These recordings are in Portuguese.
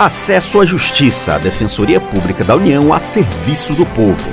Acesso à Justiça, a Defensoria Pública da União a serviço do povo.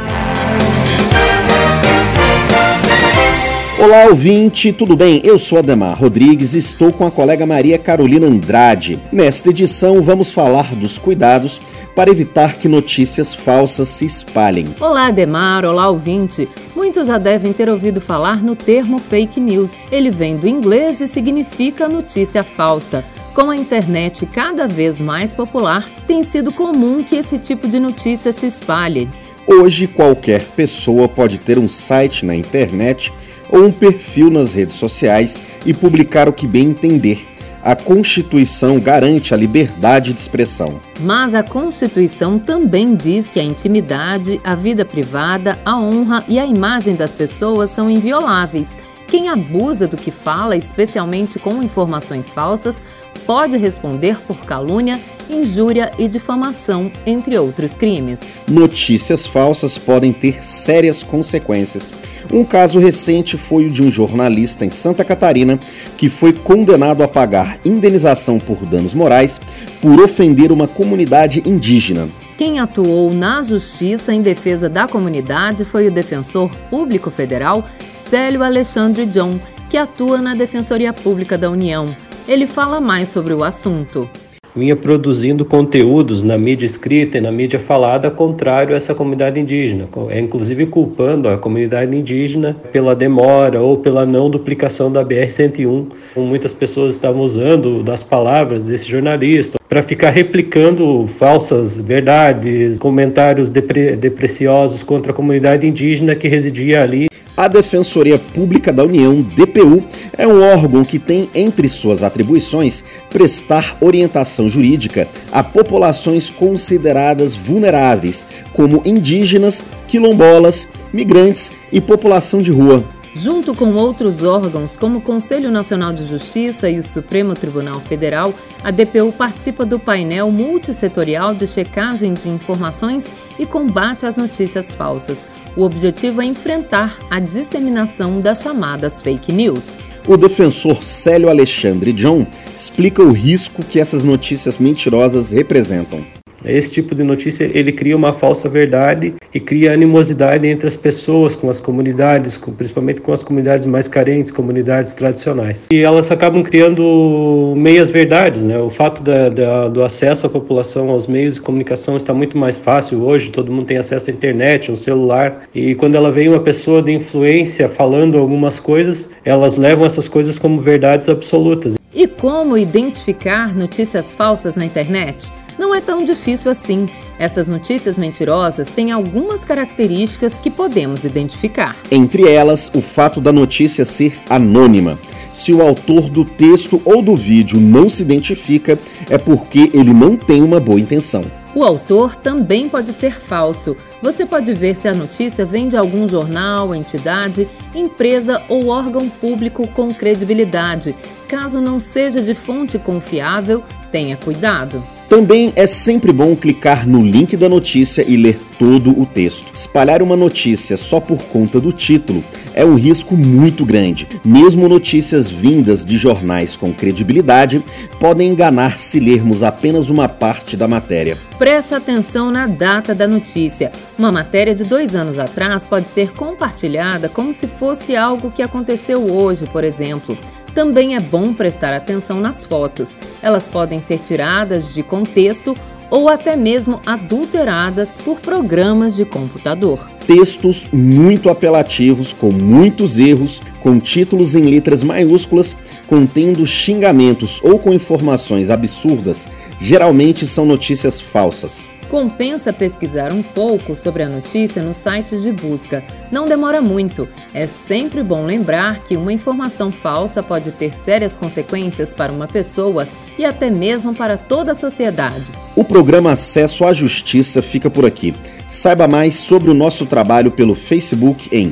Olá, ouvinte, tudo bem? Eu sou Ademar Rodrigues e estou com a colega Maria Carolina Andrade. Nesta edição, vamos falar dos cuidados para evitar que notícias falsas se espalhem. Olá, Ademar. Olá, ouvinte. Muitos já devem ter ouvido falar no termo fake news. Ele vem do inglês e significa notícia falsa. Com a internet cada vez mais popular, tem sido comum que esse tipo de notícia se espalhe. Hoje, qualquer pessoa pode ter um site na internet ou um perfil nas redes sociais e publicar o que bem entender. A Constituição garante a liberdade de expressão. Mas a Constituição também diz que a intimidade, a vida privada, a honra e a imagem das pessoas são invioláveis. Quem abusa do que fala, especialmente com informações falsas, pode responder por calúnia, injúria e difamação, entre outros crimes. Notícias falsas podem ter sérias consequências. Um caso recente foi o de um jornalista em Santa Catarina que foi condenado a pagar indenização por danos morais por ofender uma comunidade indígena. Quem atuou na justiça em defesa da comunidade foi o defensor público federal Célio Alexandre John, que atua na Defensoria Pública da União. Ele fala mais sobre o assunto. Vinha produzindo conteúdos na mídia escrita e na mídia falada contrário a essa comunidade indígena, inclusive culpando a comunidade indígena pela demora ou pela não duplicação da BR-101. Muitas pessoas estavam usando das palavras desse jornalista para ficar replicando falsas verdades, comentários depreciosos contra a comunidade indígena que residia ali. A Defensoria Pública da União, DPU, é um órgão que tem entre suas atribuições prestar orientação jurídica a populações consideradas vulneráveis, como indígenas, quilombolas, migrantes e população de rua. Junto com outros órgãos, como o Conselho Nacional de Justiça e o Supremo Tribunal Federal, a DPU participa do painel multissetorial de checagem de informações e combate às notícias falsas. O objetivo é enfrentar a disseminação das chamadas fake news. O defensor Célio Alexandre John explica o risco que essas notícias mentirosas representam. Esse tipo de notícia, ele cria uma falsa verdade e cria animosidade entre as pessoas, com as comunidades, principalmente com as comunidades mais carentes, comunidades tradicionais. E elas acabam criando meias verdades, né? O fato do acesso à população aos meios de comunicação está muito mais fácil hoje, todo mundo tem acesso à internet, um celular, e quando ela vem uma pessoa de influência falando algumas coisas, elas levam essas coisas como verdades absolutas. E como identificar notícias falsas na internet? Não é tão difícil assim. Essas notícias mentirosas têm algumas características que podemos identificar. Entre elas, o fato da notícia ser anônima. Se o autor do texto ou do vídeo não se identifica, é porque ele não tem uma boa intenção. O autor também pode ser falso. Você pode ver se a notícia vem de algum jornal, entidade, empresa ou órgão público com credibilidade. Caso não seja de fonte confiável, tenha cuidado. Também é sempre bom clicar no link da notícia e ler todo o texto. Espalhar uma notícia só por conta do título é um risco muito grande. Mesmo notícias vindas de jornais com credibilidade podem enganar se lermos apenas uma parte da matéria. Preste atenção na data da notícia. Uma matéria de 2 anos atrás pode ser compartilhada como se fosse algo que aconteceu hoje, por exemplo. Também é bom prestar atenção nas fotos. Elas podem ser tiradas de contexto ou até mesmo adulteradas por programas de computador. Textos muito apelativos, com muitos erros, com títulos em letras maiúsculas, contendo xingamentos ou com informações absurdas, geralmente são notícias falsas. Compensa pesquisar um pouco sobre a notícia nos sites de busca. Não demora muito. É sempre bom lembrar que uma informação falsa pode ter sérias consequências para uma pessoa e até mesmo para toda a sociedade. O programa Acesso à Justiça fica por aqui. Saiba mais sobre o nosso trabalho pelo Facebook em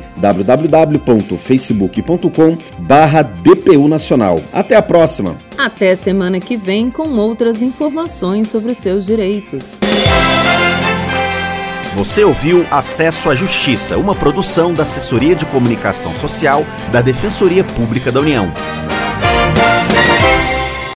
www.facebook.com/DPU Nacional. Até a próxima! Até semana que vem com outras informações sobre os seus direitos. Você ouviu Acesso à Justiça, uma produção da Assessoria de Comunicação Social da Defensoria Pública da União.